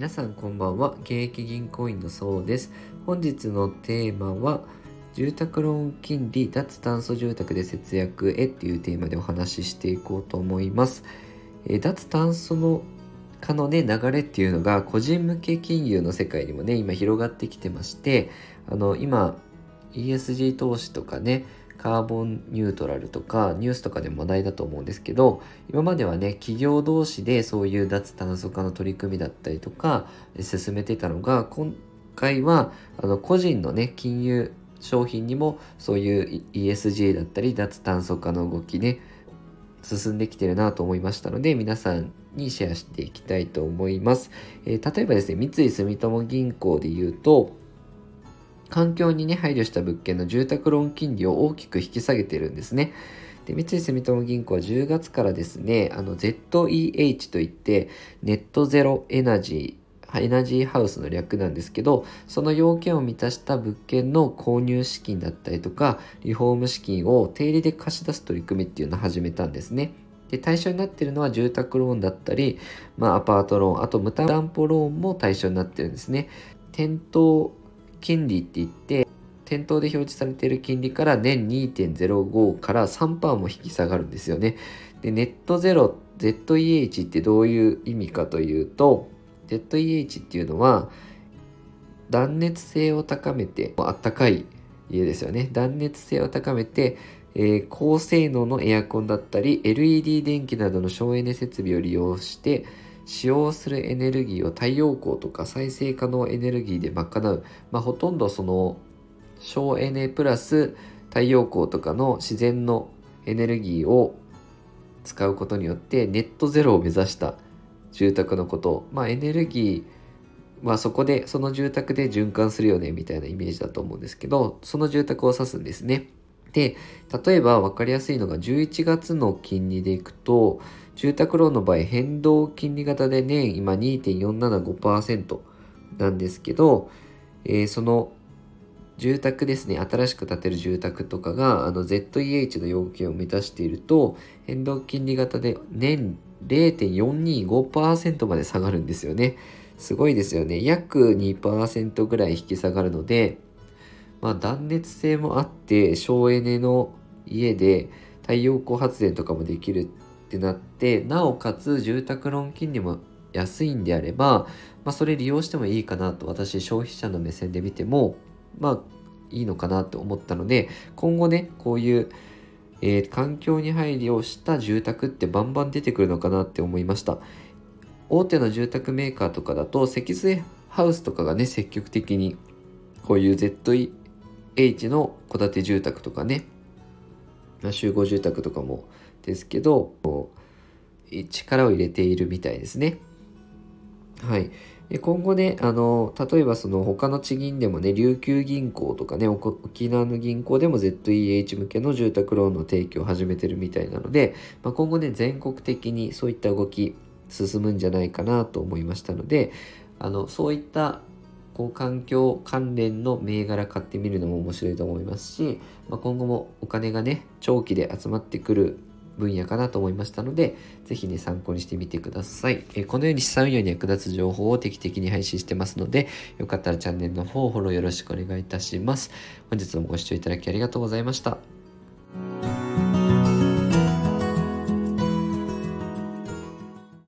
皆さんこんばんは。現役銀行員のそうです。本日のテーマは住宅ローン金利脱炭素住宅で節約へっていうテーマでお話ししていこうと思います。脱炭素の化のね流れっていうのが個人向け金融の世界にもね今広がってきてまして、今 ESG 投資とかねカーボンニュートラルとかニュースとかでも話題だと思うんですけど、今まではね企業同士でそういう脱炭素化の取り組みだったりとか進めてたのが、今回は個人のね金融商品にもそういう ESG だったり脱炭素化の動きね進んできてるなと思いましたので、皆さんにシェアしていきたいと思います。例えばですね、三井住友銀行で言うと環境にね配慮した物件の住宅ローン金利を大きく引き下げてるんですね。で、三井住友銀行は10月からですね、ZEH といってネットゼロエナジーハウスの略なんですけど、その要件を満たした物件の購入資金だったりとかリフォーム資金を定利で貸し出す取り組みっていうのを始めたんですね。で、対象になっているのは住宅ローンだったり、アパートローン、あと無担保ローンも対象になってるんですね。店頭金利って言って、店頭で表示されている金利から年 2.05 から 3% も引き下がるんですよね。で、ネットゼロ ZEH ってどういう意味かというと、ZEH っていうのは断熱性を高めて、あったかい家ですよね。断熱性を高めて、高性能のエアコンだったり LED 電気などの省エネ設備を利用して使用するエネルギーを太陽光とか再生可能エネルギーで賄う、ほとんどその省エネプラス太陽光とかの自然のエネルギーを使うことによってネットゼロを目指した住宅のこと、エネルギーはその住宅で循環するよねみたいなイメージだと思うんですけど、その住宅を指すんですね。で、例えば分かりやすいのが11月の金利でいくと、住宅ローンの場合変動金利型で年今 2.475% なんですけど、その住宅ですね、新しく建てる住宅とかがZEH の要件を満たしていると変動金利型で年 0.425% まで下がるんですよね。すごいですよね。約 2% ぐらい引き下がるので、断熱性もあって省エネの家で太陽光発電とかもできるってなって、なおかつ住宅ローン金利も安いんであれば、それ利用してもいいかなと私消費者の目線で見てもいいのかなと思ったので、今後ねこういう、環境に配慮した住宅ってバンバン出てくるのかなって思いました。大手の住宅メーカーとかだと積水ハウスとかがね積極的にこういう ZEH の戸建て住宅とかね、集合住宅とかもですけど力を入れているみたいですね。はい。で、今後ね、例えばその他の地銀でもね、琉球銀行とかね、沖縄の銀行でも ZEH 向けの住宅ローンの提供を始めてるみたいなので、今後ね、全国的にそういった動き進むんじゃないかなと思いましたので、そういった環境関連の銘柄買ってみるのも面白いと思いますし、今後もお金がね、長期で集まってくる分野かなと思いましたので、ぜひね参考にしてみてください。このように資産運用に役立つ情報を定期的に配信してますので、よかったらチャンネルの方フォローよろしくお願いいたします。本日もご視聴いただきありがとうございました。